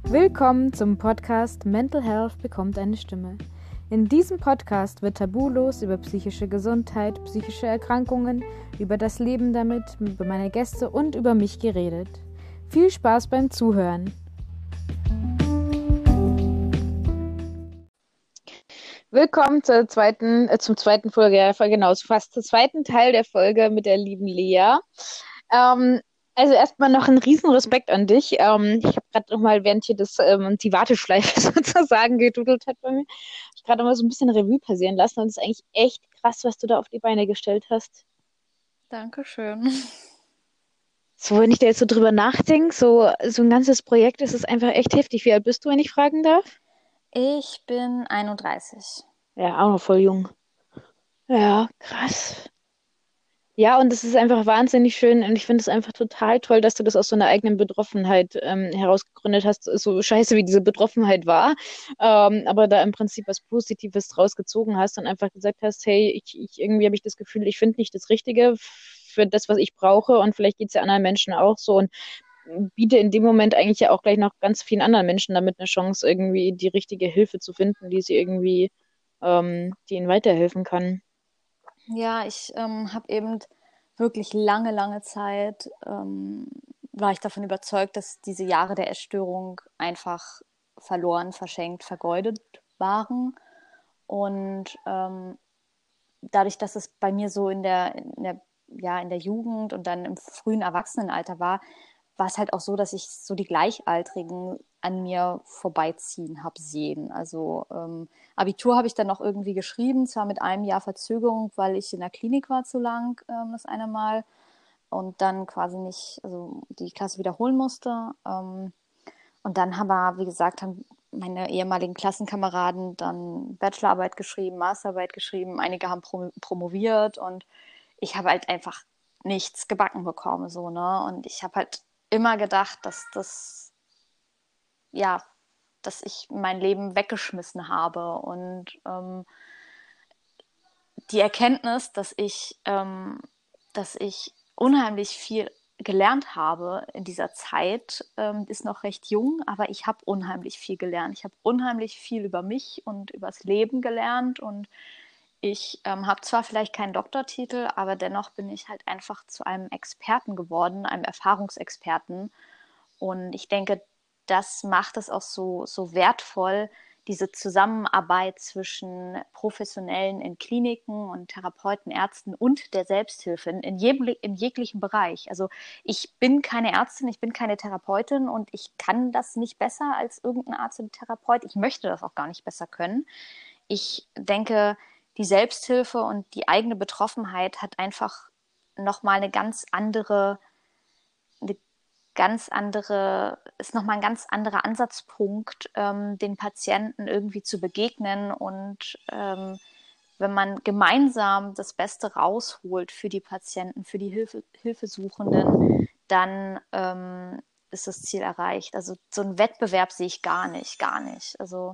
Willkommen zum Podcast Mental Health bekommt eine Stimme. In diesem Podcast wird tabulos über psychische Gesundheit, psychische Erkrankungen, über das Leben damit, über meine Gäste und über mich geredet. Viel Spaß beim Zuhören. Willkommen zur zum zweiten Folge, fast zum zweiten Teil der Folge mit der lieben Lea. Also erstmal noch ein riesen Respekt an dich. Ich habe gerade noch mal, während hier die Warteschleife sozusagen gedudelt hat bei mir, ich gerade mal so ein bisschen Revue passieren lassen und es ist eigentlich echt krass, was du da auf die Beine gestellt hast. Dankeschön. So, wenn ich da jetzt so drüber nachdenke, so ein ganzes Projekt, das ist einfach echt heftig. Wie alt bist du, wenn ich fragen darf? Ich bin 31. Ja, auch noch voll jung. Ja, krass. Ja, und es ist einfach wahnsinnig schön und ich finde es einfach total toll, dass du das aus so einer eigenen Betroffenheit herausgegründet hast, so scheiße wie diese Betroffenheit war, aber da im Prinzip was Positives draus gezogen hast und einfach gesagt hast, hey, irgendwie habe ich das Gefühl, ich finde nicht das Richtige für das, was ich brauche und vielleicht geht es ja anderen Menschen auch so und biete in dem Moment eigentlich ja auch gleich noch ganz vielen anderen Menschen damit eine Chance, irgendwie die richtige Hilfe zu finden, die ihnen weiterhelfen kann. Ja, ich habe eben wirklich lange Zeit, war ich davon überzeugt, dass diese Jahre der Essstörung einfach verloren, verschenkt, vergeudet waren. Und dadurch, dass es bei mir so in der Jugend und dann im frühen Erwachsenenalter war es halt auch so, dass ich so die Gleichaltrigen an mir vorbeiziehen habe sehen. Also Abitur habe ich dann noch irgendwie geschrieben, zwar mit einem Jahr Verzögerung, weil ich in der Klinik war zu lang das eine Mal und dann quasi nicht, also die Klasse wiederholen musste. Und dann wie gesagt, haben meine ehemaligen Klassenkameraden dann Bachelorarbeit geschrieben, Masterarbeit geschrieben, einige haben promoviert und ich habe halt einfach nichts gebacken bekommen, so, ne? Und ich habe halt immer gedacht, ja, dass ich mein Leben weggeschmissen habe. Und die Erkenntnis, dass ich unheimlich viel gelernt habe in dieser Zeit, ist noch recht jung, aber ich habe unheimlich viel gelernt. Ich habe unheimlich viel über mich und übers Leben gelernt und ich habe zwar vielleicht keinen Doktortitel, aber dennoch bin ich halt einfach zu einem Experten geworden, einem Erfahrungsexperten. Und ich denke, das macht es auch so wertvoll, diese Zusammenarbeit zwischen Professionellen in Kliniken und Therapeuten, Ärzten und der Selbsthilfe in jeglichem Bereich. Also ich bin keine Ärztin, ich bin keine Therapeutin und ich kann das nicht besser als irgendein Arzt oder Therapeut. Ich möchte das auch gar nicht besser können. Ich denke, die Selbsthilfe und die eigene Betroffenheit hat einfach nochmal ist nochmal ein ganz anderer Ansatzpunkt, den Patienten irgendwie zu begegnen und wenn man gemeinsam das Beste rausholt für die Patienten, für die Hilfesuchenden, dann ist das Ziel erreicht. Also so einen Wettbewerb sehe ich gar nicht. Also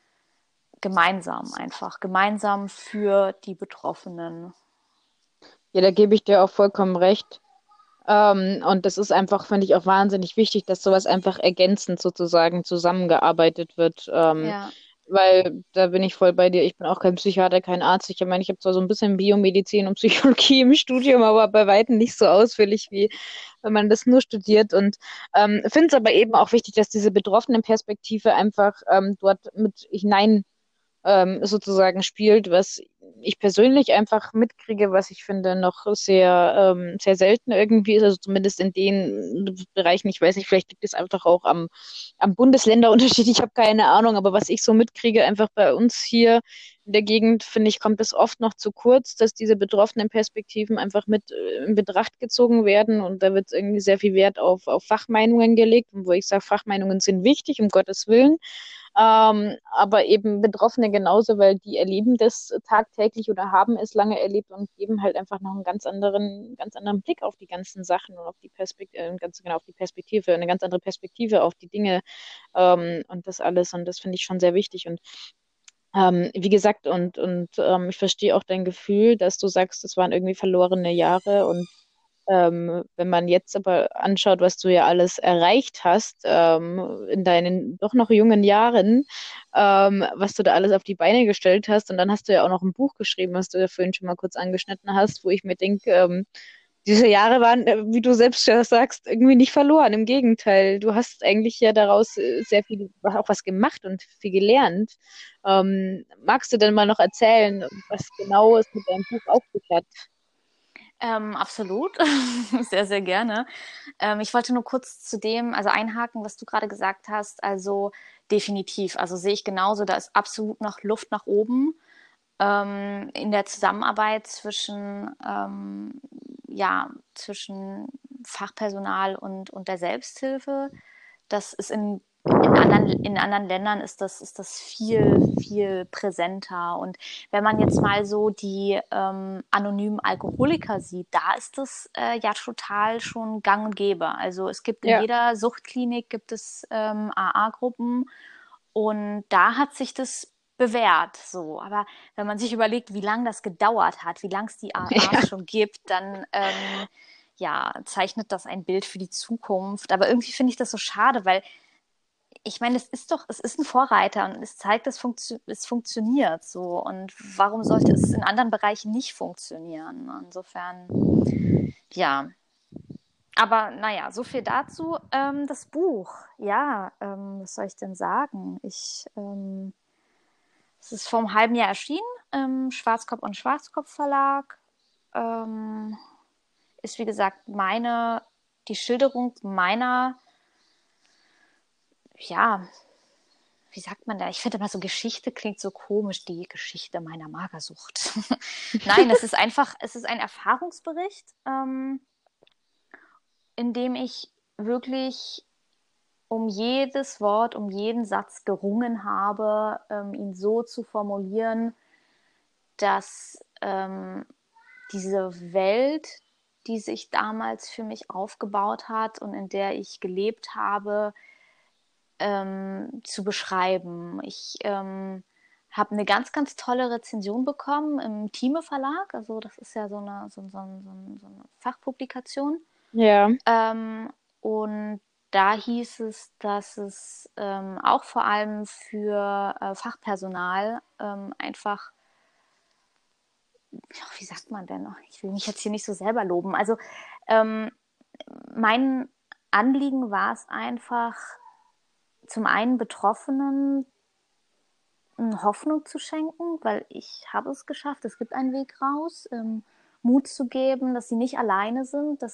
gemeinsam für die Betroffenen. Ja, da gebe ich dir auch vollkommen recht. Und das ist einfach, finde ich, auch wahnsinnig wichtig, dass sowas einfach ergänzend sozusagen zusammengearbeitet wird. Ja, Weil da bin ich voll bei dir. Ich bin auch kein Psychiater, kein Arzt. Ich meine, ich habe zwar so ein bisschen Biomedizin und Psychologie im Studium, aber bei weitem nicht so ausführlich, wie wenn man das nur studiert. Und finde es aber eben auch wichtig, dass diese betroffenen Perspektive einfach dort mit hinein sozusagen spielt, was ich persönlich einfach mitkriege, was ich finde noch sehr selten irgendwie ist, also zumindest in den Bereichen, ich weiß nicht, vielleicht liegt es einfach auch am Bundesländerunterschied, ich habe keine Ahnung, aber was ich so mitkriege, einfach bei uns hier in der Gegend, finde ich, kommt es oft noch zu kurz, dass diese betroffenen Perspektiven einfach mit in Betracht gezogen werden und da wird irgendwie sehr viel Wert auf Fachmeinungen gelegt und wo ich sage, Fachmeinungen sind wichtig, um Gottes Willen, aber eben Betroffene genauso, weil die erleben das tagtäglich oder haben es lange erlebt und geben halt einfach noch einen ganz anderen Blick auf die ganzen Sachen und auf die Perspektive, ganz genau auf die Perspektive, eine ganz andere Perspektive auf die Dinge und das alles. Und das finde ich schon sehr wichtig. Und wie gesagt, ich verstehe auch dein Gefühl, dass du sagst, das waren irgendwie verlorene Jahre und Wenn man jetzt aber anschaut, was du ja alles erreicht hast, in deinen doch noch jungen Jahren, was du da alles auf die Beine gestellt hast, und dann hast du ja auch noch ein Buch geschrieben, was du ja vorhin schon mal kurz angeschnitten hast, wo ich mir denke, diese Jahre waren, wie du selbst ja sagst, irgendwie nicht verloren. Im Gegenteil, du hast eigentlich ja daraus sehr viel, auch was gemacht und viel gelernt. Magst du denn mal noch erzählen, was genau es mit deinem Buch auf sich hat? Absolut, sehr, sehr gerne. Ich wollte nur kurz zu dem, also einhaken, was du gerade gesagt hast. Also definitiv, also sehe ich genauso, da ist absolut noch Luft nach oben in der Zusammenarbeit zwischen Fachpersonal und der Selbsthilfe. Das ist in anderen Ländern ist das viel, viel präsenter. Und wenn man jetzt mal so die anonymen Alkoholiker sieht, da ist das ja total schon gang und gäbe. Also es gibt in Ja. jeder Suchtklinik gibt es AA-Gruppen und da hat sich das bewährt. So. Aber wenn man sich überlegt, wie lange das gedauert hat, wie lange es die AAs Ja. schon gibt, dann ja, zeichnet das ein Bild für die Zukunft. Aber irgendwie finde ich das so schade, weil ich meine, es ist ein Vorreiter und es zeigt, es funktioniert so. Und warum sollte es in anderen Bereichen nicht funktionieren? Insofern, ja. Aber naja, so viel dazu. Das Buch, ja, was soll ich denn sagen? Es ist vor einem halben Jahr erschienen, Schwarzkopf und Schwarzkopf Verlag. Ähm, ist wie gesagt die Schilderung meiner, ja, wie sagt man da? Ich finde immer so Geschichte klingt so komisch, die Geschichte meiner Magersucht. Nein, es ist ein Erfahrungsbericht, in dem ich wirklich um jedes Wort, um jeden Satz gerungen habe, ihn so zu formulieren, dass diese Welt, die sich damals für mich aufgebaut hat und in der ich gelebt habe, zu beschreiben. Ich habe eine ganz, ganz tolle Rezension bekommen im Thieme Verlag. Also das ist ja so eine Fachpublikation. Ja. Und da hieß es, dass es auch vor allem für Fachpersonal einfach, wie sagt man denn? Ich will mich jetzt hier nicht so selber loben. Also ähm, mein Anliegen war es einfach, zum einen Betroffenen Hoffnung zu schenken, weil ich habe es geschafft, es gibt einen Weg raus, Mut zu geben, dass sie nicht alleine sind,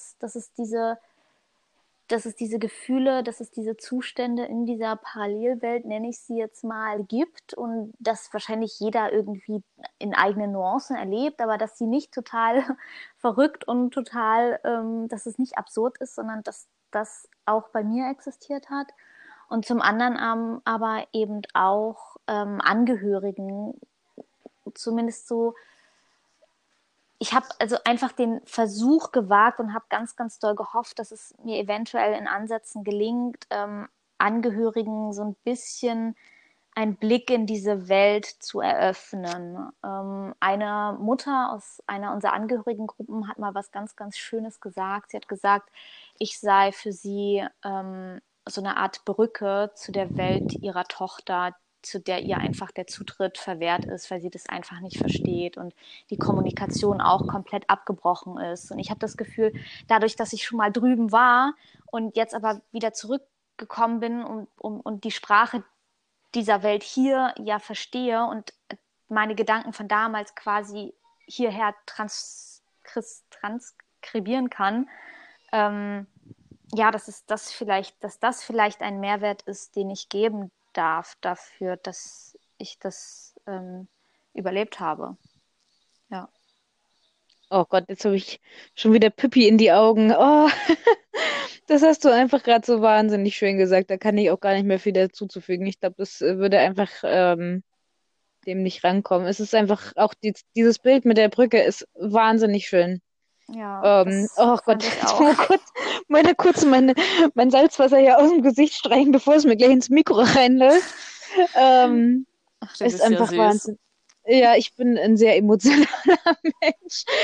dass es diese Gefühle, dass es diese Zustände in dieser Parallelwelt, nenne ich sie jetzt mal, gibt und dass wahrscheinlich jeder irgendwie in eigenen Nuancen erlebt, aber dass sie nicht total verrückt und total, dass es nicht absurd ist, sondern dass das auch bei mir existiert hat. Und zum anderen aber eben auch Angehörigen, zumindest so, ich habe also einfach den Versuch gewagt und habe ganz, ganz doll gehofft, dass es mir eventuell in Ansätzen gelingt, Angehörigen so ein bisschen einen Blick in diese Welt zu eröffnen. Eine Mutter aus einer unserer Angehörigengruppen hat mal was ganz, ganz Schönes gesagt. Sie hat gesagt, ich sei für sie so eine Art Brücke zu der Welt ihrer Tochter, zu der ihr einfach der Zutritt verwehrt ist, weil sie das einfach nicht versteht und die Kommunikation auch komplett abgebrochen ist. Und ich habe das Gefühl, dadurch, dass ich schon mal drüben war und jetzt aber wieder zurückgekommen bin und die Sprache dieser Welt hier ja verstehe und meine Gedanken von damals quasi hierher transkribieren kann, ja, dass das vielleicht ein Mehrwert ist, den ich geben darf dafür, dass ich das überlebt habe. Ja. Oh Gott, jetzt habe ich schon wieder Pippi in die Augen. Oh, das hast du einfach gerade so wahnsinnig schön gesagt. Da kann ich auch gar nicht mehr viel dazuzufügen. Ich glaube, das würde einfach dem nicht rankommen. Es ist einfach auch dieses Bild mit der Brücke ist wahnsinnig schön. Ja, das Oh Gott, fand ich jetzt auch. mal kurz mein Salzwasser hier aus dem Gesicht streichen, bevor es mir gleich ins Mikro reinläuft. Ähm, Ach, du ist bist ja einfach süß. Wahnsinn. Ja, ich bin ein sehr emotionaler Mensch.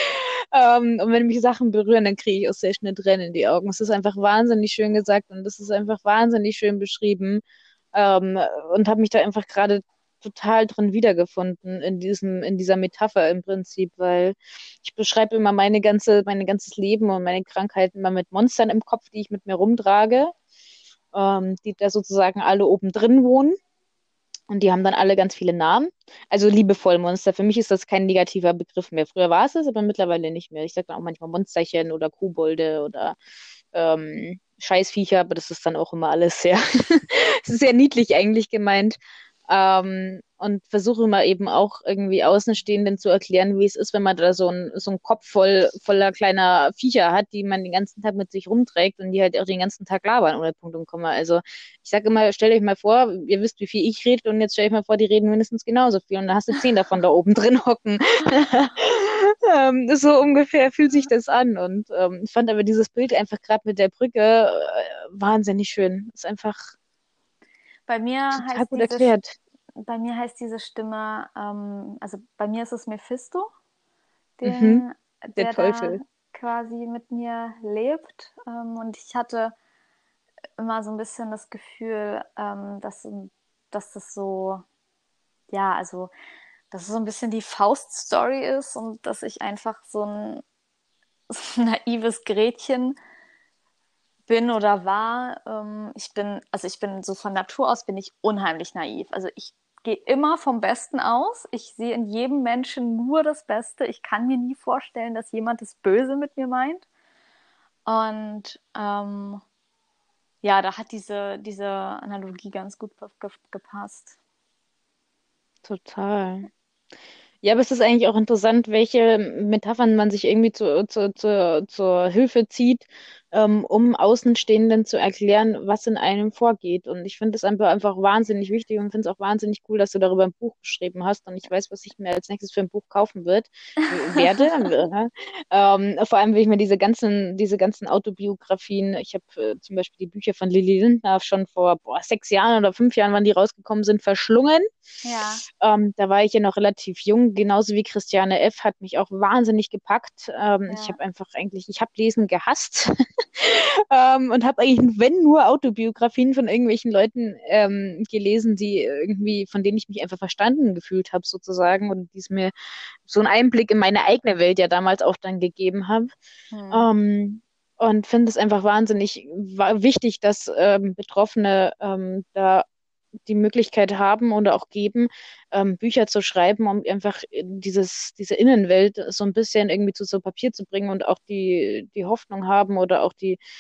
Und wenn mich Sachen berühren, dann kriege ich auch sehr schnell Tränen in die Augen. Es ist einfach wahnsinnig schön gesagt und es ist einfach wahnsinnig schön beschrieben. Ähm, und habe mich da einfach gerade total drin wiedergefunden in dieser Metapher im Prinzip, weil ich beschreibe immer mein ganzes Leben und meine Krankheiten immer mit Monstern im Kopf, die ich mit mir rumtrage, die da sozusagen alle oben drin wohnen. Und die haben dann alle ganz viele Namen. Also liebevoll Monster. Für mich ist das kein negativer Begriff mehr. Früher war es, aber mittlerweile nicht mehr. Ich sage dann auch manchmal Monsterchen oder Kobolde oder Scheißviecher, aber das ist dann auch immer alles sehr, es ist sehr niedlich eigentlich gemeint. Und versuche immer eben auch irgendwie Außenstehenden zu erklären, wie es ist, wenn man da so einen Kopf voller kleiner Viecher hat, die man den ganzen Tag mit sich rumträgt und die halt auch den ganzen Tag labern ohne Punkt und Komma. Also ich sage immer, stellt euch mal vor, ihr wisst, wie viel ich rede und jetzt stellt euch mal vor, die reden mindestens genauso viel und dann hast du 10 davon da oben drin hocken. So ungefähr fühlt sich das an und ich fand aber dieses Bild einfach gerade mit der Brücke wahnsinnig schön. Ist einfach Bei mir total heißt gut erklärt. bei mir heißt diese Stimme, also bei mir ist es Mephisto, Mhm. den, Der der da Teufel. quasi mit mir lebt. Und ich hatte immer so ein bisschen das Gefühl, dass das so, ja, also, dass es so ein bisschen die Faust-Story ist und dass ich einfach so ein, so ein naives Gretchen bin oder war. Ich bin so von Natur aus bin ich unheimlich naiv. Also ich gehe immer vom Besten aus. Ich sehe in jedem Menschen nur das Beste. Ich kann mir nie vorstellen, dass jemand das Böse mit mir meint. Und ja, da hat diese Analogie ganz gut gepasst. Total. Ja, aber es ist eigentlich auch interessant, welche Metaphern man sich irgendwie zur Hilfe zieht, um Außenstehenden zu erklären, was in einem vorgeht. Und ich finde es einfach wahnsinnig wichtig und finde es auch wahnsinnig cool, dass du darüber ein Buch geschrieben hast. Und ich weiß, was ich mir als nächstes für ein Buch kaufen werde. Vor allem will ich mir diese ganzen Autobiografien, ich habe zum Beispiel die Bücher von Lili Lindner schon vor 6 Jahren oder 5 Jahren, wann die rausgekommen sind, verschlungen. Ja, Da war ich ja noch relativ jung, genauso wie Christiane F. hat mich auch wahnsinnig gepackt. Ich ja, habe einfach eigentlich, ich habe Lesen gehasst und habe eigentlich, wenn nur Autobiografien von irgendwelchen Leuten gelesen, die irgendwie, von denen ich mich einfach verstanden gefühlt habe sozusagen und die es mir so einen Einblick in meine eigene Welt ja damals auch dann gegeben haben. hm, Und finde es einfach wahnsinnig wichtig, dass Betroffene da die Möglichkeit haben oder auch geben, Bücher zu schreiben, um einfach diese Innenwelt so ein bisschen irgendwie zu Papier zu bringen und auch die Hoffnung haben oder auch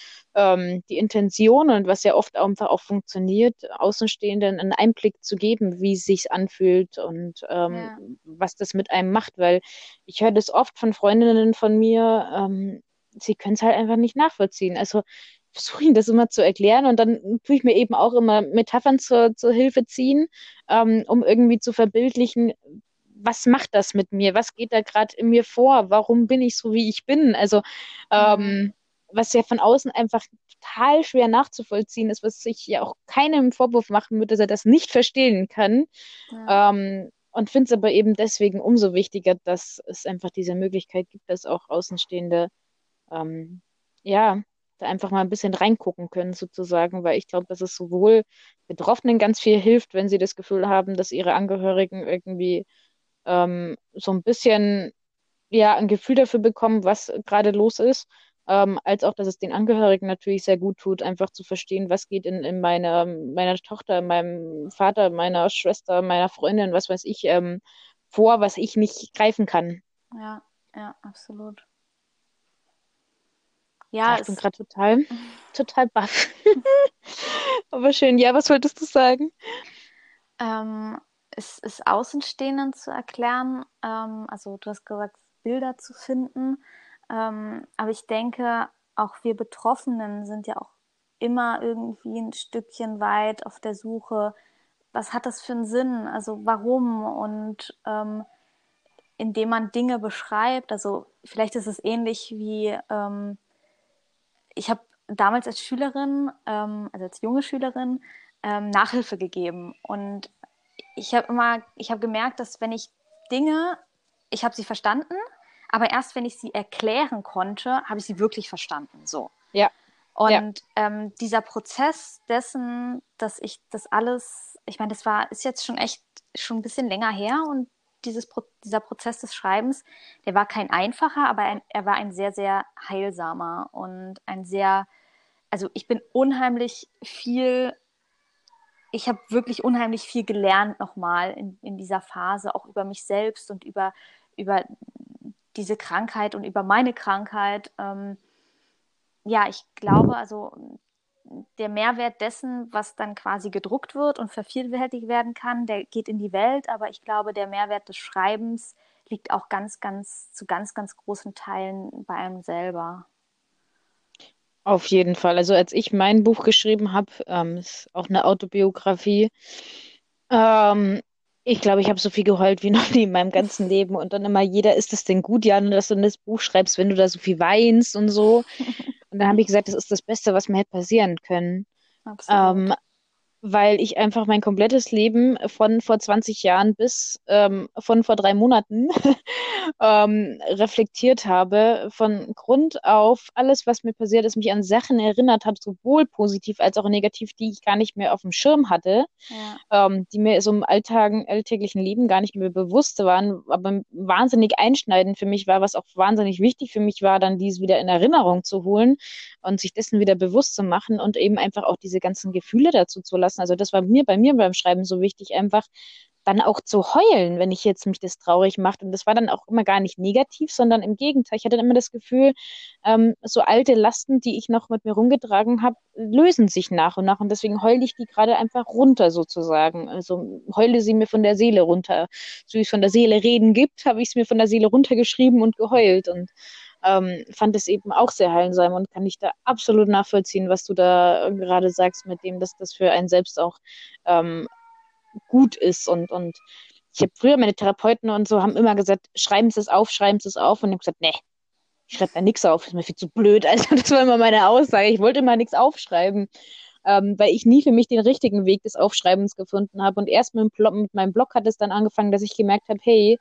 die Intention und was ja oft einfach auch funktioniert, Außenstehenden einen Einblick zu geben, wie es sich anfühlt und ja, was das mit einem macht, weil ich höre das oft von Freundinnen von mir, sie können es halt einfach nicht nachvollziehen. Also versuche ihnen das immer zu erklären und dann tue ich mir eben auch immer Metaphern zur Hilfe ziehen, um irgendwie zu verbildlichen, was macht das mit mir? Was geht da gerade in mir vor? Warum bin ich so, wie ich bin? Also, hm, ähm, was ja von außen einfach total schwer nachzuvollziehen ist, was ich ja auch keinem Vorwurf machen würde, dass er das nicht verstehen kann. ja, Und finde es aber eben deswegen umso wichtiger, dass es einfach diese Möglichkeit gibt, dass auch Außenstehende ähm, ja, da einfach mal ein bisschen reingucken können, sozusagen, weil ich glaube, dass es sowohl Betroffenen ganz viel hilft, wenn sie das Gefühl haben, dass ihre Angehörigen irgendwie so ein bisschen ja ein Gefühl dafür bekommen, was gerade los ist, als auch, dass es den Angehörigen natürlich sehr gut tut, einfach zu verstehen, was geht in meiner Tochter, in meinem Vater, meiner Schwester, meiner Freundin, was weiß ich, vor, was ich nicht greifen kann. ja, ja, absolut. Ja, Ja, ich bin gerade total baff. Aber schön. Ja, was wolltest du sagen? ähm, es ist Außenstehenden zu erklären, also du hast gesagt, Bilder zu finden, aber ich denke, auch wir Betroffenen sind ja auch immer irgendwie ein Stückchen weit auf der Suche, was hat das für einen Sinn, also warum und indem man Dinge beschreibt, also vielleicht ist es ähnlich wie, ich habe damals als Schülerin, also als junge Schülerin, Nachhilfe gegeben und ich habe gemerkt, dass wenn ich Dinge, ich habe sie verstanden, aber erst wenn ich sie erklären konnte, habe ich sie wirklich verstanden. So. Ja, ja, Und dieser Prozess dessen, dass ich das alles, ich meine, ist jetzt schon ein bisschen länger her und dieser Prozess des Schreibens, der war kein einfacher, aber er war ein sehr, sehr heilsamer und also ich habe wirklich unheimlich viel gelernt nochmal in dieser Phase, auch über mich selbst und über diese Krankheit und über meine Krankheit. Ja, ich glaube, also der Mehrwert dessen, was dann quasi gedruckt wird und vervielfältigt werden kann, der geht in die Welt, aber ich glaube, der Mehrwert des Schreibens liegt auch zu ganz, ganz großen Teilen bei einem selber. auf jeden Fall. Also als ich mein Buch geschrieben habe, ist auch eine Autobiografie, ähm, ich glaube, ich habe so viel geheult wie noch nie in meinem ganzen Leben. Und dann immer jeder, ist es denn gut, Jan, dass du das Buch schreibst, wenn du da so viel weinst und so. Und dann habe ich gesagt, das ist das Beste, was mir hätte passieren können. Ähm, Absolut. weil ich einfach mein komplettes Leben von vor 20 Jahren bis von vor 3 Monaten reflektiert habe, von Grund auf alles, was mir passiert ist, mich an Sachen erinnert habe, sowohl positiv als auch negativ, die ich gar nicht mehr auf dem Schirm hatte, Ja. die mir so im alltäglichen Leben gar nicht mehr bewusst waren, aber wahnsinnig einschneidend für mich war, was auch wahnsinnig wichtig für mich war, dann dies wieder in Erinnerung zu holen und sich dessen wieder bewusst zu machen und eben einfach auch diese ganzen Gefühle dazu zu lassen. Also das war bei mir beim Schreiben so wichtig, einfach dann auch zu heulen, wenn ich jetzt mich das traurig macht. Und das war dann auch immer gar nicht negativ, sondern im Gegenteil. Ich hatte dann immer das Gefühl, so alte Lasten, die ich noch mit mir rumgetragen habe, lösen sich nach und nach. Und deswegen heule ich die gerade einfach runter sozusagen. Also heule sie mir von der Seele runter. So wie es von der Seele reden gibt, habe ich es mir von der Seele runtergeschrieben und geheult. Und fand es eben auch sehr heilsam und kann ich da absolut nachvollziehen, was du da gerade sagst, mit dem, dass das für einen selbst auch ähm, gut ist. Und ich habe früher meine Therapeuten und so haben immer gesagt, schreiben Sie es auf, schreiben Sie es auf. Und ich habe gesagt, nee, ich schreibe da nichts auf, das ist mir viel zu blöd. Also das war immer meine Aussage. Ich wollte immer nichts aufschreiben, weil ich nie für mich den richtigen Weg des Aufschreibens gefunden habe. Und erst mit meinem Blog hat es dann angefangen, dass ich gemerkt habe, hey,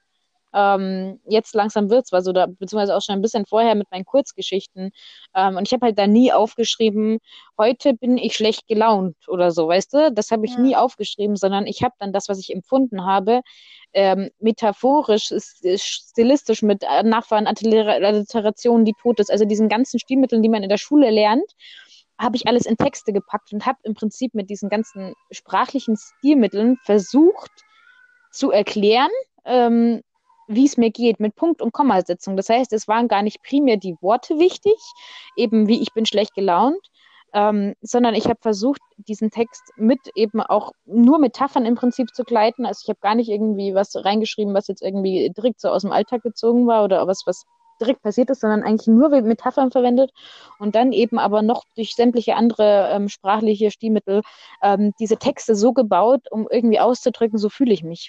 jetzt langsam wird's was oder beziehungsweise auch schon ein bisschen vorher mit meinen Kurzgeschichten. Und ich habe halt da nie aufgeschrieben, heute bin ich schlecht gelaunt oder so, weißt du? Das habe ich Ja. nie aufgeschrieben, sondern ich habe dann das, was ich empfunden habe, metaphorisch, stilistisch mit Nachfahren, Alliteration, die tot ist, also diesen ganzen Stilmitteln, die man in der Schule lernt, habe ich alles in Texte gepackt und habe im Prinzip mit diesen ganzen sprachlichen Stilmitteln versucht zu erklären, ähm, wie es mir geht, mit Punkt- und Kommasetzung. Das heißt, es waren gar nicht primär die Worte wichtig, eben wie ich bin schlecht gelaunt, sondern ich habe versucht, diesen Text mit eben auch nur Metaphern im Prinzip zu gleiten. Also ich habe gar nicht irgendwie was reingeschrieben, was jetzt irgendwie direkt so aus dem Alltag gezogen war oder was direkt passiert ist, sondern eigentlich nur Metaphern verwendet und dann eben aber noch durch sämtliche andere sprachliche Stilmittel diese Texte so gebaut, um irgendwie auszudrücken, so fühle ich mich.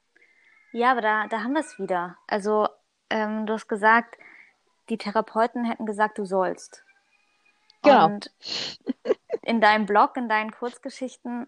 Ja, aber da haben wir es wieder. Also, du hast gesagt, die Therapeuten hätten gesagt, du sollst. Genau. Und in deinem Blog, in deinen Kurzgeschichten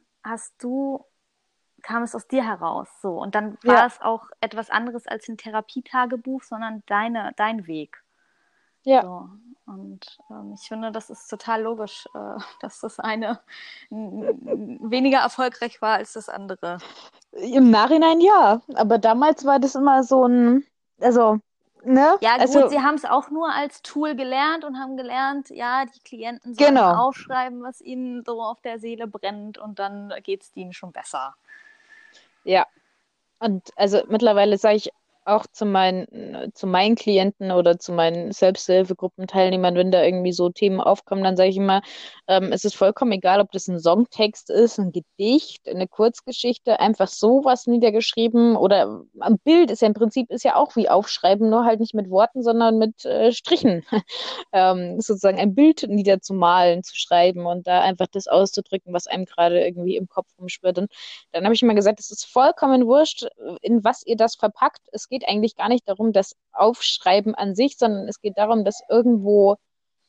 kam es aus dir heraus. So. Und dann war Ja, es auch etwas anderes als ein Therapietagebuch, sondern dein Weg. ja. So. Und ich finde, das ist total logisch, dass das eine weniger erfolgreich war als das andere. Im Nachhinein ja, aber damals war das immer so ein, also, ne? Ja, gut, Also, sie haben es auch nur als Tool gelernt und haben gelernt, ja, die Klienten sollen mal genau. aufschreiben, was ihnen so auf der Seele brennt und dann geht es ihnen schon besser. Ja. Und also mittlerweile sage ich auch zu meinen Klienten oder zu meinen Selbsthilfegruppenteilnehmern, wenn da irgendwie so Themen aufkommen, dann sage ich immer, es ist vollkommen egal, ob das ein Songtext ist, ein Gedicht, eine Kurzgeschichte, einfach sowas niedergeschrieben oder ein Bild ist ja im Prinzip ist ja auch wie Aufschreiben, nur halt nicht mit Worten, sondern mit Strichen. Sozusagen ein Bild niederzumalen, zu schreiben und da einfach das auszudrücken, was einem gerade irgendwie im Kopf rumschwirrt. Und dann habe ich immer gesagt, es ist vollkommen wurscht, in was ihr das verpackt. Es geht eigentlich gar nicht darum, das Aufschreiben an sich, sondern es geht darum, dass irgendwo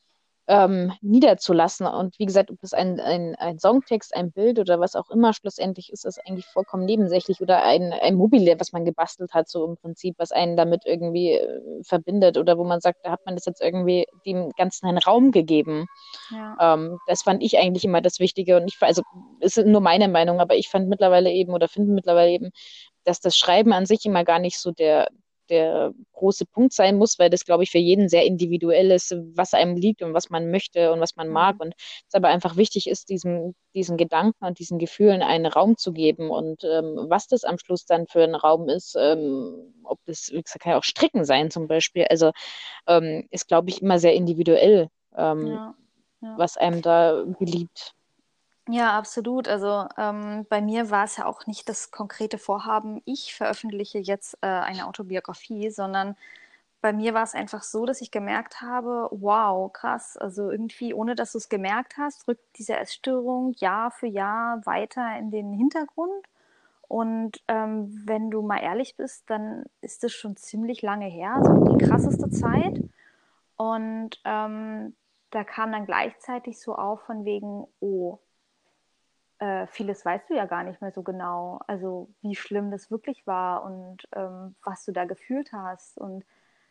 niederzulassen. Und wie gesagt, ob das ein Songtext, ein Bild oder was auch immer schlussendlich ist, ist eigentlich vollkommen nebensächlich. Oder ein Mobile, was man gebastelt hat, so im Prinzip, was einen damit irgendwie verbindet oder wo man sagt, da hat man das jetzt irgendwie dem Ganzen einen Raum gegeben. Ja, Das fand ich eigentlich immer das Wichtige. Und also ist nur meine Meinung, aber ich fand mittlerweile eben oder finde mittlerweile eben, dass das Schreiben an sich immer gar nicht so der große Punkt sein muss, weil das, glaube ich, für jeden sehr individuell ist, was einem liegt und was man möchte und was man mag. mhm. Und es aber einfach wichtig ist, diesen Gedanken und diesen Gefühlen einen Raum zu geben. Und was das am Schluss dann für ein Raum ist, ob das, wie gesagt, kann ja auch Stricken sein zum Beispiel, also ist, glaube ich, immer sehr individuell, Ja, ja. was einem da beliebt. Ja, absolut. Also bei mir war es ja auch nicht das konkrete Vorhaben, ich veröffentliche jetzt eine Autobiografie, sondern bei mir war es einfach so, dass ich gemerkt habe, wow, krass, also irgendwie, ohne dass du es gemerkt hast, rückt diese Essstörung Jahr für Jahr weiter in den Hintergrund. Und wenn du mal ehrlich bist, dann ist es schon ziemlich lange her, so die krasseste Zeit. Und da kam dann gleichzeitig so auf von wegen, oh, vieles weißt du ja gar nicht mehr so genau. Also wie schlimm das wirklich war und was du da gefühlt hast. Und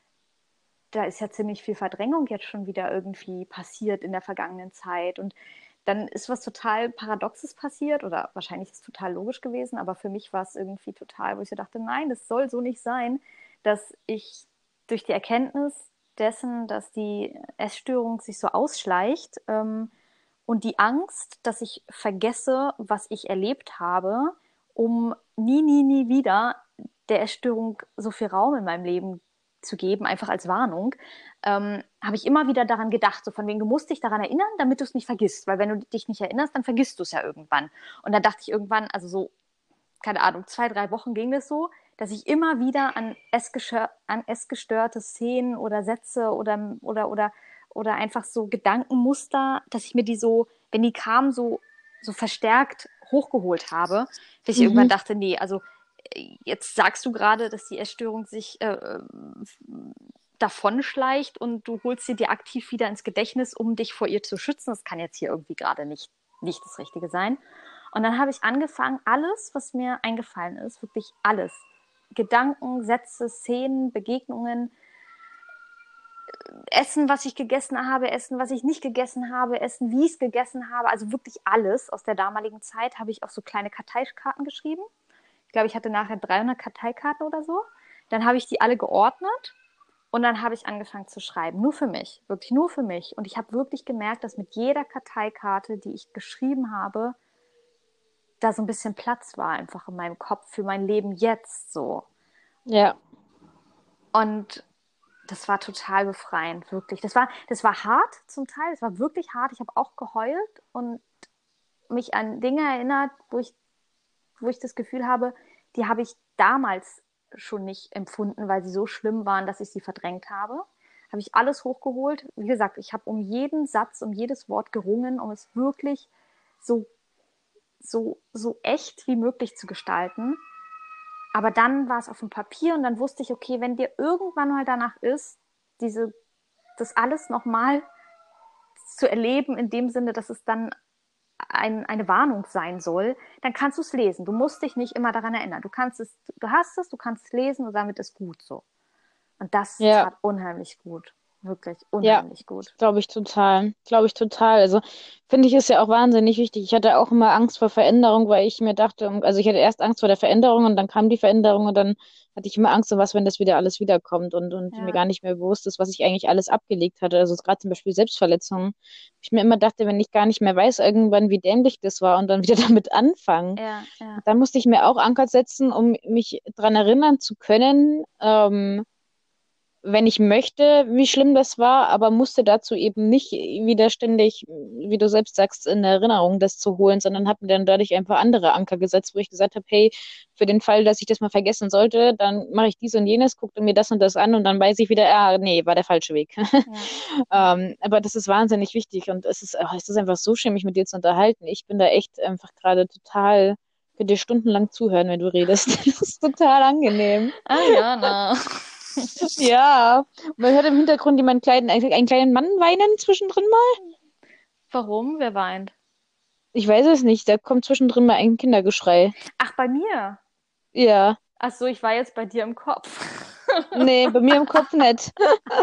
da ist ja ziemlich viel Verdrängung jetzt schon wieder irgendwie passiert in der vergangenen Zeit. Und dann ist was total Paradoxes passiert oder wahrscheinlich ist es total logisch gewesen, aber für mich war es irgendwie total, wo ich so dachte, nein, das soll so nicht sein, dass ich durch die Erkenntnis dessen, dass die Essstörung sich so ausschleicht und die Angst, dass ich vergesse, was ich erlebt habe, um nie, nie, nie wieder der Essstörung so viel Raum in meinem Leben zu geben, einfach als Warnung, habe ich immer wieder daran gedacht, so von wegen, du musst dich daran erinnern, damit du es nicht vergisst, weil wenn du dich nicht erinnerst, dann vergisst du es ja irgendwann. Und dann dachte ich irgendwann, also so, keine Ahnung, 2, 3 Wochen ging das so, dass ich immer wieder an essgestörte Szenen oder Sätze oder einfach so Gedankenmuster, dass ich mir die so, wenn die kamen, so verstärkt hochgeholt habe, bis ich irgendwann Mhm. dachte, nee, also jetzt sagst du gerade, dass die Essstörung sich davonschleicht und du holst sie dir aktiv wieder ins Gedächtnis, um dich vor ihr zu schützen. Das kann jetzt hier irgendwie gerade nicht das Richtige sein. Und dann habe ich angefangen, alles, was mir eingefallen ist, wirklich alles. Gedanken, Sätze, Szenen, Begegnungen, Essen, was ich gegessen habe, Essen, was ich nicht gegessen habe, Essen, wie ich es gegessen habe, also wirklich alles aus der damaligen Zeit habe ich auf so kleine Karteikarten geschrieben. Ich glaube, ich hatte nachher 300 Karteikarten oder so. Dann habe ich die alle geordnet und dann habe ich angefangen zu schreiben. Nur für mich, wirklich nur für mich. Und ich habe wirklich gemerkt, dass mit jeder Karteikarte, die ich geschrieben habe, da so ein bisschen Platz war einfach in meinem Kopf für mein Leben jetzt so. Ja, Und das war total befreiend, wirklich. Das war hart zum Teil, das war wirklich hart. Ich habe auch geheult und mich an Dinge erinnert, wo ich das Gefühl habe, die habe ich damals schon nicht empfunden, weil sie so schlimm waren, dass ich sie verdrängt habe. Habe ich alles hochgeholt. Wie gesagt, ich habe um jeden Satz, um jedes Wort gerungen, um es wirklich so, so echt wie möglich zu gestalten. Aber dann war es auf dem Papier und dann wusste ich, okay, wenn dir irgendwann mal danach ist, das alles nochmal zu erleben, in dem Sinne, dass es dann eine Warnung sein soll, dann kannst du es lesen. Du musst dich nicht immer daran erinnern. Du hast es, du kannst es lesen und damit ist gut so. Und das ja. tat unheimlich gut. Wirklich Ja, unheimlich gut. glaube ich total. Glaube ich total. Also finde ich ist ja auch wahnsinnig wichtig. Ich hatte auch immer Angst vor Veränderung, weil ich mir dachte, also ich hatte erst Angst vor der Veränderung und dann kam die Veränderung und dann hatte ich immer Angst, so was, wenn das wieder alles wiederkommt und mir Ja, gar nicht mehr bewusst ist, was ich eigentlich alles abgelegt hatte. Also gerade zum Beispiel Selbstverletzungen. Ich mir immer dachte, wenn ich gar nicht mehr weiß irgendwann, wie dämlich das war und dann wieder damit anfangen. ja, ja. Dann musste ich mir auch Anker setzen, um mich dran erinnern zu können, wenn ich möchte, wie schlimm das war, aber musste dazu eben nicht wieder ständig, wie du selbst sagst, in Erinnerung das zu holen, sondern habe mir dann dadurch ein paar andere Anker gesetzt, wo ich gesagt habe, hey, für den Fall, dass ich das mal vergessen sollte, dann mache ich dies und jenes, gucke mir das und das an und dann weiß ich wieder, ah, nee, war der falsche Weg. Ja, ja. Aber das ist wahnsinnig wichtig und es ist einfach so schön, mich mit dir zu unterhalten. Ich bin da echt einfach gerade total, könnte dir stundenlang zuhören, wenn du redest. Das ist total angenehm. Ah, ja, na. Ja, man hört im Hintergrund einen kleinen Mann weinen zwischendrin mal. Warum? Wer weint? Ich weiß es nicht, da kommt zwischendrin mal ein Kindergeschrei. Ach, bei mir. Ja, Ach so, ich war jetzt bei dir im Kopf. nee, bei mir im Kopf nicht.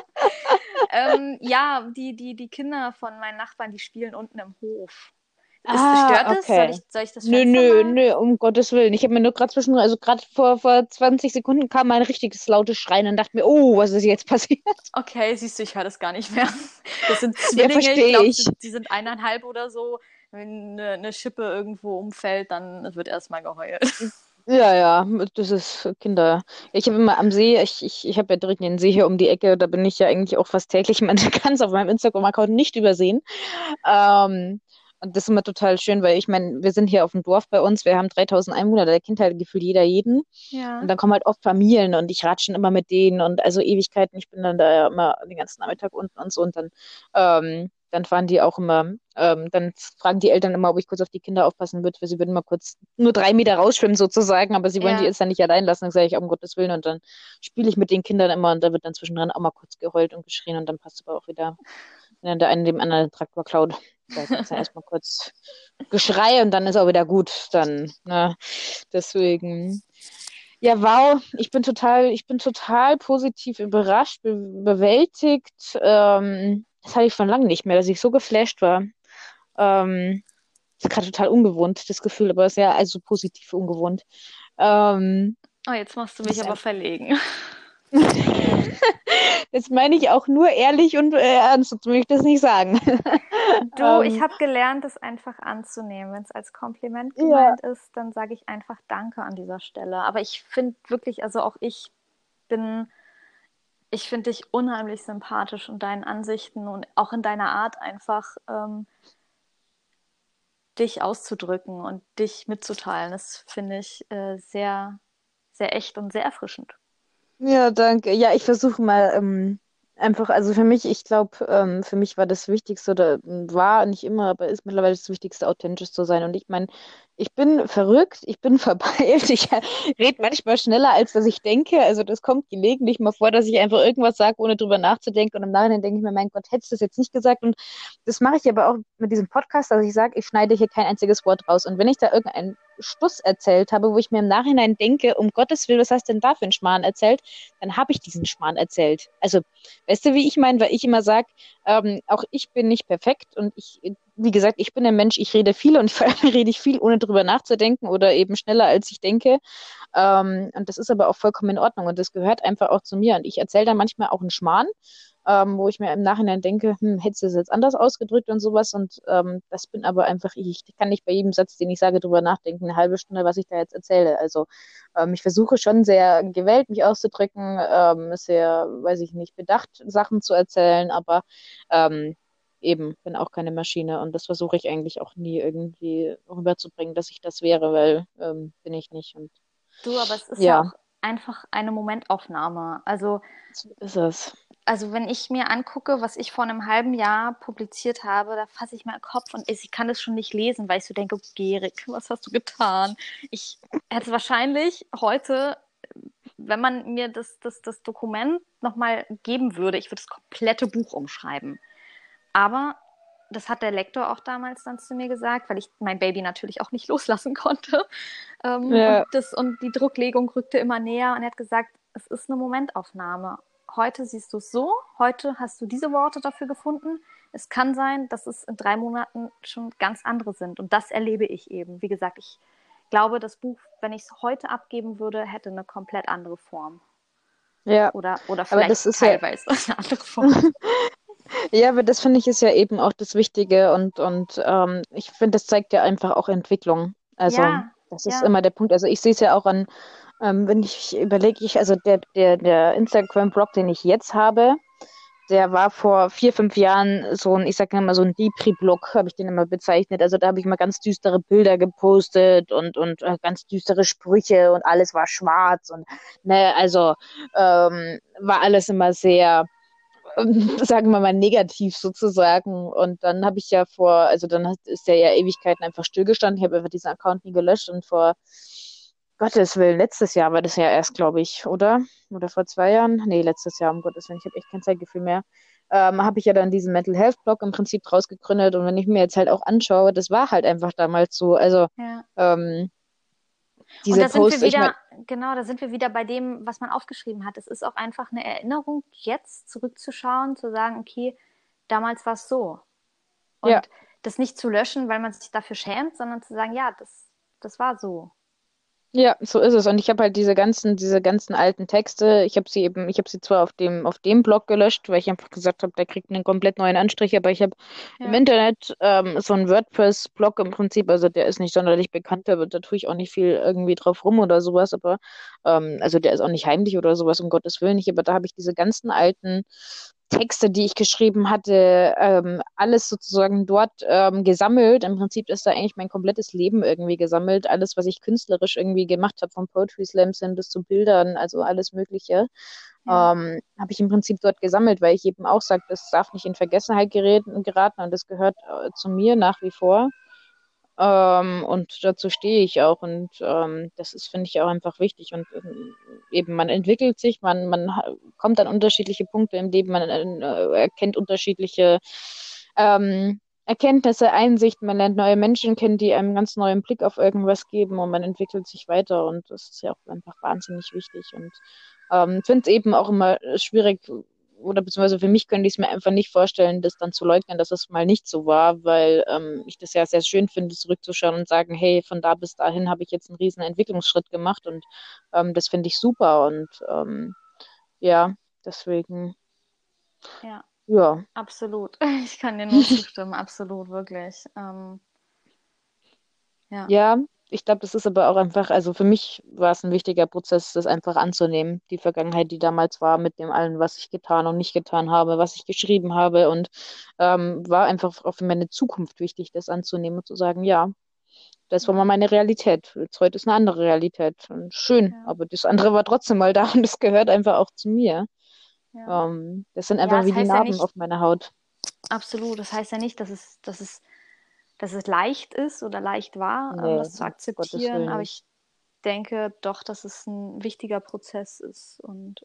Ja, die Kinder von meinen Nachbarn, die spielen unten im Hof. Ah, Stört es? okay. Soll ich das Nö, Fenster nö, mal? nö, um Gottes Willen. Ich habe mir nur gerade zwischendrin, also gerade vor 20 Sekunden kam mal ein richtiges lautes Schreien und dachte mir, oh, was ist jetzt passiert? Okay, siehst du, ich höre das gar nicht mehr. Das sind Ja, Zwillinge, ich verstehe glaube, ich. die sind 1,5 oder so. Wenn eine Schippe irgendwo umfällt, dann wird erstmal geheult. Ja, ja, das ist Kinder. Ich habe immer am See, ich habe ja direkt den See hier um die Ecke, da bin ich ja eigentlich auch fast täglich. Man kann es auf meinem Instagram-Account nicht übersehen. Ähm, und das ist immer total schön, weil ich meine, wir sind hier auf dem Dorf bei uns, wir haben 3000 Einwohner, da kennt halt gefühlt jeder jeden. Und Ja. dann kommen halt oft Familien und ich ratschen immer mit denen und also Ewigkeiten. Ich bin dann da ja immer den ganzen Nachmittag unten und so und dann fahren die auch immer, dann fragen die Eltern immer, ob ich kurz auf die Kinder aufpassen würde, weil sie würden mal kurz nur 3 Meter rausschwimmen sozusagen, aber sie wollen die Ja. jetzt dann nicht allein lassen. Dann sage ich, um Gottes Willen und dann spiele ich mit den Kindern immer und da wird dann zwischendrin auch mal kurz geheult und geschrien und dann passt es aber auch wieder, wenn dann der eine dem anderen den Traktor klaut. Da gibt es dann erstmal kurz Geschrei und dann ist auch wieder gut. Dann, ne? Deswegen. Ja, wow, ich bin total positiv überrascht, bewältigt. Das hatte ich schon lange nicht mehr, dass ich so geflasht war. Ist gerade total ungewohnt, das Gefühl, aber ist ja also positiv ungewohnt. Ähm, Oh, jetzt machst du das mich ist aber einfach, verlegen. das meine ich auch nur ehrlich und ernst, sonst möchte ich das nicht sagen. Du, ich ähm, habe gelernt, es einfach anzunehmen. Wenn es als Kompliment ja, gemeint ist, dann sage ich einfach Danke an dieser Stelle. Aber ich finde wirklich, also auch bin, ich finde dich unheimlich sympathisch und deinen Ansichten und auch in deiner Art einfach dich auszudrücken und dich mitzuteilen. Das finde ich sehr, sehr echt und sehr erfrischend. ja, danke. Ja, ich versuche mal einfach, also für mich, ich glaube, für mich war das Wichtigste oder war nicht immer, aber ist mittlerweile das Wichtigste, authentisch zu sein. Und ich meine, ich bin verrückt, ich bin verpeilt, ich rede manchmal schneller, als dass ich denke. Also das kommt gelegentlich mal vor, dass ich einfach irgendwas sage, ohne drüber nachzudenken. Und im Nachhinein denke ich mir, mein Gott, hättest du das jetzt nicht gesagt. Und das mache ich aber auch mit diesem Podcast, dass ich sage, ich schneide hier kein einziges Wort raus. Und wenn ich da irgendeinen Stuss erzählt habe, wo ich mir im Nachhinein denke, um Gottes Willen, was hast du denn da für einen Schmarrn erzählt? Dann habe ich diesen Schmarrn erzählt. Also, weißt du, wie ich meine? Weil ich immer sage, auch ich bin nicht perfekt und ich, wie gesagt, ich bin ein Mensch, ich rede viel und vor allem rede ich viel, ohne drüber nachzudenken oder eben schneller, als ich denke. Und das ist aber auch vollkommen in Ordnung und das gehört einfach auch zu mir. Und ich erzähle da manchmal auch einen Schmarrn, wo ich mir im Nachhinein denke, hättest du es jetzt anders ausgedrückt und sowas. Und das bin aber einfach ich. Ich kann nicht bei jedem Satz, den ich sage, drüber nachdenken, eine halbe Stunde, was ich da jetzt erzähle. Also ich versuche schon sehr gewählt, mich auszudrücken, sehr, weiß ich nicht, bedacht, Sachen zu erzählen, aber ähm, eben bin auch keine Maschine und das versuche ich eigentlich auch nie irgendwie rüberzubringen, dass ich das wäre, weil bin ich nicht. Und Du, aber es ist ja ja, auch einfach eine Momentaufnahme. so ist es. Also wenn ich mir angucke, was ich vor einem halben Jahr publiziert habe, da fasse ich meinen Kopf und ich kann das schon nicht lesen, weil ich so denke, oh, Gerig, was hast du getan? Ich hätte wahrscheinlich heute, wenn man mir das Dokument nochmal geben würde, ich würde das komplette Buch umschreiben. Aber das hat der Lektor auch damals dann zu mir gesagt, weil ich mein Baby natürlich auch nicht loslassen konnte. Ja, Und die Drucklegung rückte immer näher und er hat gesagt, es ist eine Momentaufnahme. Heute siehst du es so, heute hast du diese Worte dafür gefunden. Es kann sein, dass es in 3 Monaten schon ganz andere sind. Und das erlebe ich eben. Wie gesagt, ich glaube, das Buch, wenn ich es heute abgeben würde, hätte eine komplett andere Form. ja. Oder Aber das vielleicht ist ja, teilweise eine andere Form. ja, aber das finde ich ist ja eben auch das Wichtige und ich finde, das zeigt ja einfach auch Entwicklung. Also Ja, das ist ja, immer der Punkt. Also ich sehe es ja auch an, wenn ich überlege, also der Instagram-Blog, den ich jetzt habe, der war vor 4, 5 Jahren so ein, ich sage immer so ein Depri-Blog, habe ich den immer bezeichnet. Also da habe ich mal ganz düstere Bilder gepostet und ganz düstere Sprüche und alles war schwarz und ne, also war alles immer sehr sagen wir mal, negativ sozusagen. Und dann habe ich ja ist der ja Ewigkeiten einfach stillgestanden. Ich habe einfach diesen Account nie gelöscht und vor Gottes Willen, letztes Jahr war das ja erst, glaube ich, oder? Oder vor 2 Jahren? Nee, letztes Jahr, um Gottes Willen, ich habe echt kein Zeitgefühl mehr. Habe ich ja dann diesen Mental Health Blog im Prinzip draus gegründet. Und wenn ich mir jetzt halt auch anschaue, das war halt einfach damals so. Also Ja. ähm, Und diese da sind wir Posts, ich meine, wieder, genau, da sind wir wieder bei dem, was man aufgeschrieben hat. Es ist auch einfach eine Erinnerung, jetzt zurückzuschauen, zu sagen, okay, damals war es so. ja. Und das nicht zu löschen, weil man sich dafür schämt, sondern zu sagen, ja, das war so. Ja, so ist es. Und ich habe halt diese ganzen alten Texte, ich habe sie zwar auf dem Blog gelöscht, weil ich einfach gesagt habe, der kriegt einen komplett neuen Anstrich, aber ich habe im Ja, Internet so einen WordPress-Blog im Prinzip, also der ist nicht sonderlich bekannt, da tue ich auch nicht viel irgendwie drauf rum oder sowas, aber also der ist auch nicht heimlich oder sowas, um Gottes Willen nicht, aber da habe ich diese ganzen alten Texte, die ich geschrieben hatte, alles sozusagen dort gesammelt. Im Prinzip ist da eigentlich mein komplettes Leben irgendwie gesammelt. Alles, was ich künstlerisch irgendwie gemacht habe, von Poetry Slams hin bis zu Bildern, also alles Mögliche, ja, habe ich im Prinzip dort gesammelt, weil ich eben auch sage, das darf nicht in Vergessenheit geraten und das gehört zu mir nach wie vor. Und dazu stehe ich auch. Und das ist, finde ich, auch einfach wichtig. Und eben, man entwickelt sich, man kommt an unterschiedliche Punkte im Leben, man erkennt unterschiedliche Erkenntnisse, Einsichten, man lernt neue Menschen kennen, die einem einen ganz neuen Blick auf irgendwas geben und man entwickelt sich weiter. Und das ist ja auch einfach wahnsinnig wichtig. Und finde es eben auch immer schwierig, oder beziehungsweise für mich könnte ich es mir einfach nicht vorstellen, das dann zu leugnen, dass es mal nicht so war, weil ich das ja sehr schön finde, zurückzuschauen und sagen, hey, von da bis dahin habe ich jetzt einen riesen Entwicklungsschritt gemacht und das finde ich super und ja, deswegen, ja, ja. absolut. Ich kann dir nur zustimmen, absolut, wirklich. Ja, Ja, ich glaube, das ist aber auch einfach, also für mich war es ein wichtiger Prozess, das einfach anzunehmen, die Vergangenheit, die damals war, mit dem allen, was ich getan und nicht getan habe, was ich geschrieben habe und war einfach auch für meine Zukunft wichtig, das anzunehmen und zu sagen, ja, das war mal ja, meine Realität. Jetzt heute ist eine andere Realität und schön, ja, aber das andere war trotzdem mal da und das gehört einfach auch zu mir. ja. Das sind Ja, einfach wie es die heißt ja Narben nicht, auf meiner Haut. absolut, das heißt ja nicht, dass es leicht ist oder leicht war, Nee, das zu um Gottes akzeptieren, Willen aber nicht. ich denke doch, dass es ein wichtiger Prozess ist. Und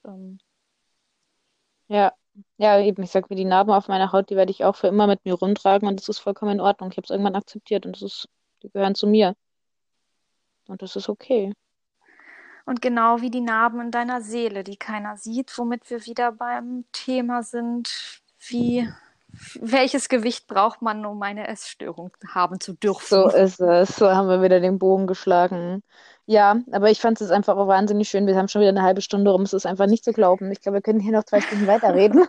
Ja, ja, eben, ich sag, wie die Narben auf meiner Haut, die werde ich auch für immer mit mir rumtragen und das ist vollkommen in Ordnung. Ich habe es irgendwann akzeptiert und die gehören zu mir und das ist okay. und genau wie die Narben in deiner Seele, die keiner sieht, womit wir wieder beim Thema sind, wie welches Gewicht braucht man, um eine Essstörung haben zu So dürfen? ist es. So haben wir wieder den Bogen geschlagen. Ja, aber ich fand es einfach auch wahnsinnig schön. Wir haben schon wieder eine halbe Stunde rum. Es ist einfach nicht zu glauben. Ich glaube, wir können hier noch 2 Stunden weiterreden.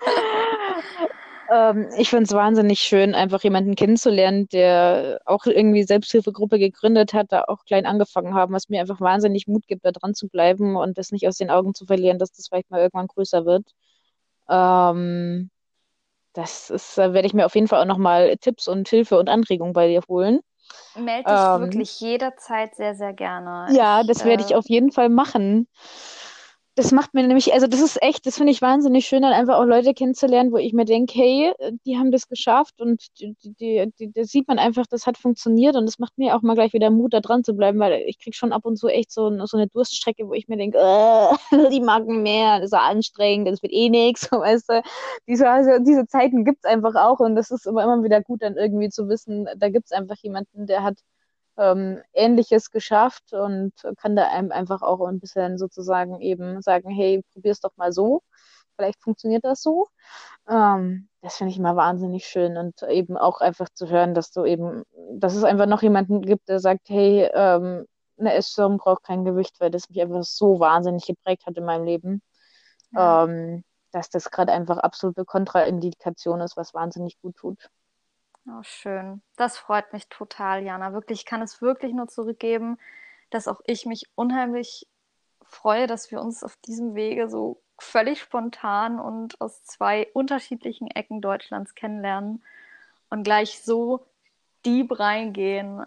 Ich finde es wahnsinnig schön, einfach jemanden kennenzulernen, der auch irgendwie Selbsthilfegruppe gegründet hat, da auch klein angefangen haben, was mir einfach wahnsinnig Mut gibt, da dran zu bleiben und das nicht aus den Augen zu verlieren, dass das vielleicht mal irgendwann größer wird. Ähm, werde ich mir auf jeden Fall auch nochmal Tipps und Hilfe und Anregungen bei dir holen. Melde dich Ähm, wirklich jederzeit sehr, sehr gerne. ja, das werde ich auf jeden Fall machen. Das macht mir nämlich, also das ist echt, das finde ich wahnsinnig schön, dann einfach auch Leute kennenzulernen, wo ich mir denke, hey, die haben das geschafft und da sieht man einfach, das hat funktioniert und das macht mir auch mal gleich wieder Mut, da dran zu bleiben, weil ich kriege schon ab und zu echt so eine Durststrecke, wo ich mir denke, die mag mehr, das ist so anstrengend, das wird eh nichts, so, weißt du. Diese Zeiten gibt es einfach auch und das ist immer wieder gut, dann irgendwie zu wissen, da gibt es einfach jemanden, der hat Ähnliches geschafft und kann da einem einfach auch ein bisschen sozusagen eben sagen, hey, probier's doch mal so. Vielleicht funktioniert das so. Das finde ich immer wahnsinnig schön und eben auch einfach zu hören, dass es einfach noch jemanden gibt, der sagt, hey, eine Essstörung braucht kein Gewicht, weil das mich einfach so wahnsinnig geprägt hat in meinem Leben, Ja. ähm, dass das gerade einfach absolute Kontraindikation ist, was wahnsinnig gut tut. Oh, schön. Das freut mich total, Jana. Wirklich, ich kann es wirklich nur zurückgeben, dass auch ich mich unheimlich freue, dass wir uns auf diesem Wege so völlig spontan und aus zwei unterschiedlichen Ecken Deutschlands kennenlernen und gleich so deep reingehen.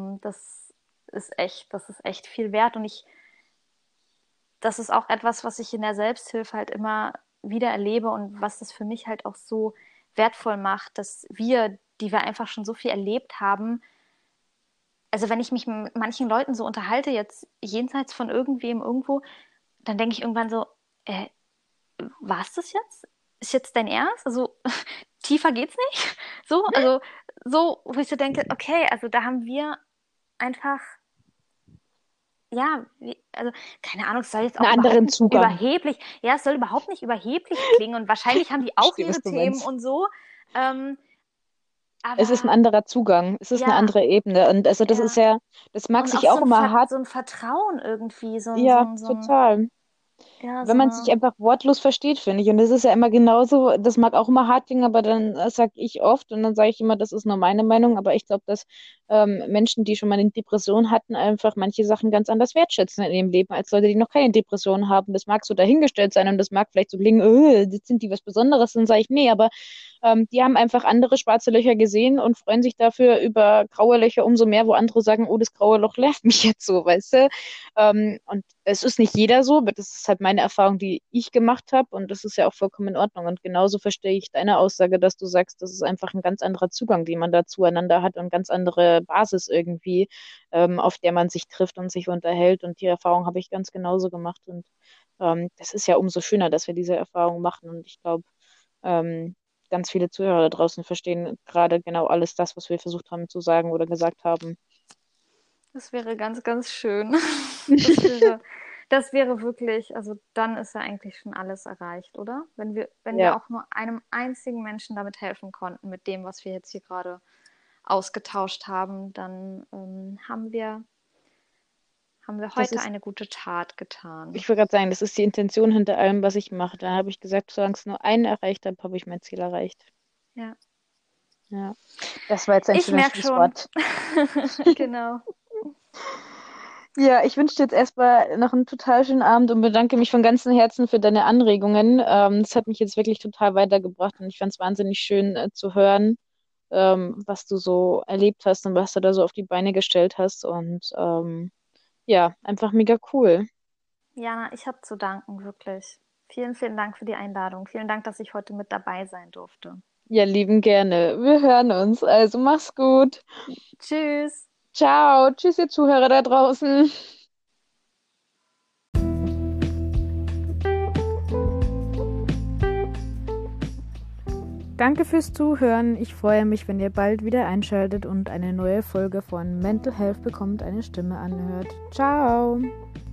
Das ist echt viel wert. Und das ist auch etwas, was ich in der Selbsthilfe halt immer wieder erlebe und was das für mich halt auch so wertvoll macht, dass wir, die wir einfach schon so viel erlebt haben, also wenn ich mich mit manchen Leuten so unterhalte, jetzt jenseits von irgendwem irgendwo, dann denke ich irgendwann so, war es das jetzt? Ist jetzt dein Ernst? Also tiefer geht's nicht? So, also so, wo ich so denke, okay, also da haben wir einfach, ja, also keine Ahnung, es soll jetzt Einen auch überhaupt anderen nicht Zugang. überheblich, ja, es soll überhaupt nicht überheblich klingen und wahrscheinlich haben die Ich auch verstehe, was ihre du Themen meinst. und so, ähm, Es ist ein aber anderer Zugang, es ist eine ja, andere Ebene. Und also das ist ja. ja, das mag Und auch sich auch immer hart, So ein Vertrauen irgendwie, ja, total. ja, so Wenn man sich eine, einfach wortlos versteht, finde ich. Und das ist ja immer genauso, das mag auch immer hart klingen, aber dann sage ich oft und dann sage ich immer, das ist nur meine Meinung, aber ich glaube, dass Menschen, die schon mal eine Depression hatten, einfach manche Sachen ganz anders wertschätzen in ihrem Leben, als Leute, die noch keine Depression haben. Das mag so dahingestellt sein und das mag vielleicht so klingen, jetzt sind die was Besonderes, dann sage ich, nee, aber die haben einfach andere schwarze Löcher gesehen und freuen sich dafür über graue Löcher umso mehr, wo andere sagen, oh, das graue Loch nervt mich jetzt so, weißt du? Und es ist nicht jeder so, aber das ist halt meine Erfahrung, die ich gemacht habe und das ist ja auch vollkommen in Ordnung. Und genauso verstehe ich deine Aussage, dass du sagst, das ist einfach ein ganz anderer Zugang, den man da zueinander hat und ganz andere Basis irgendwie, auf der man sich trifft und sich unterhält. Und die Erfahrung habe ich ganz genauso gemacht. Und das ist ja umso schöner, dass wir diese Erfahrung machen. Und ich glaube, ähm, ganz viele Zuhörer da draußen verstehen gerade genau alles das, was wir versucht haben zu sagen oder gesagt haben. das wäre ganz, ganz schön. Das wäre, das wäre wirklich, also dann ist ja eigentlich schon alles erreicht, oder? Wenn wir Ja, auch nur einem einzigen Menschen damit helfen konnten, mit dem, was wir jetzt hier gerade ausgetauscht haben, dann haben wir das heute ist, eine gute Tat getan. ich würde gerade sagen, das ist die Intention hinter allem, was ich mache. Da habe ich gesagt, solange es nur einen erreicht habe, habe ich mein Ziel erreicht. Ja. Ja, das war jetzt ein Ich schönes merke schon. Schlusswort. Genau. Ja, ich wünsche dir jetzt erstmal noch einen total schönen Abend und bedanke mich von ganzem Herzen für deine Anregungen. Das hat mich jetzt wirklich total weitergebracht und ich fand es wahnsinnig schön zu hören, was du so erlebt hast und was du da so auf die Beine gestellt hast. Und ja, einfach mega cool. Jana, ich habe zu danken, wirklich. Vielen, vielen Dank für die Einladung. Vielen Dank, dass ich heute mit dabei sein durfte. Ja, lieben gerne. Wir hören uns. Also mach's gut. Tschüss. Ciao. Tschüss, ihr Zuhörer da draußen. Danke fürs Zuhören. Ich freue mich, wenn ihr bald wieder einschaltet und eine neue Folge von Mental Health bekommt eine Stimme anhört. Ciao.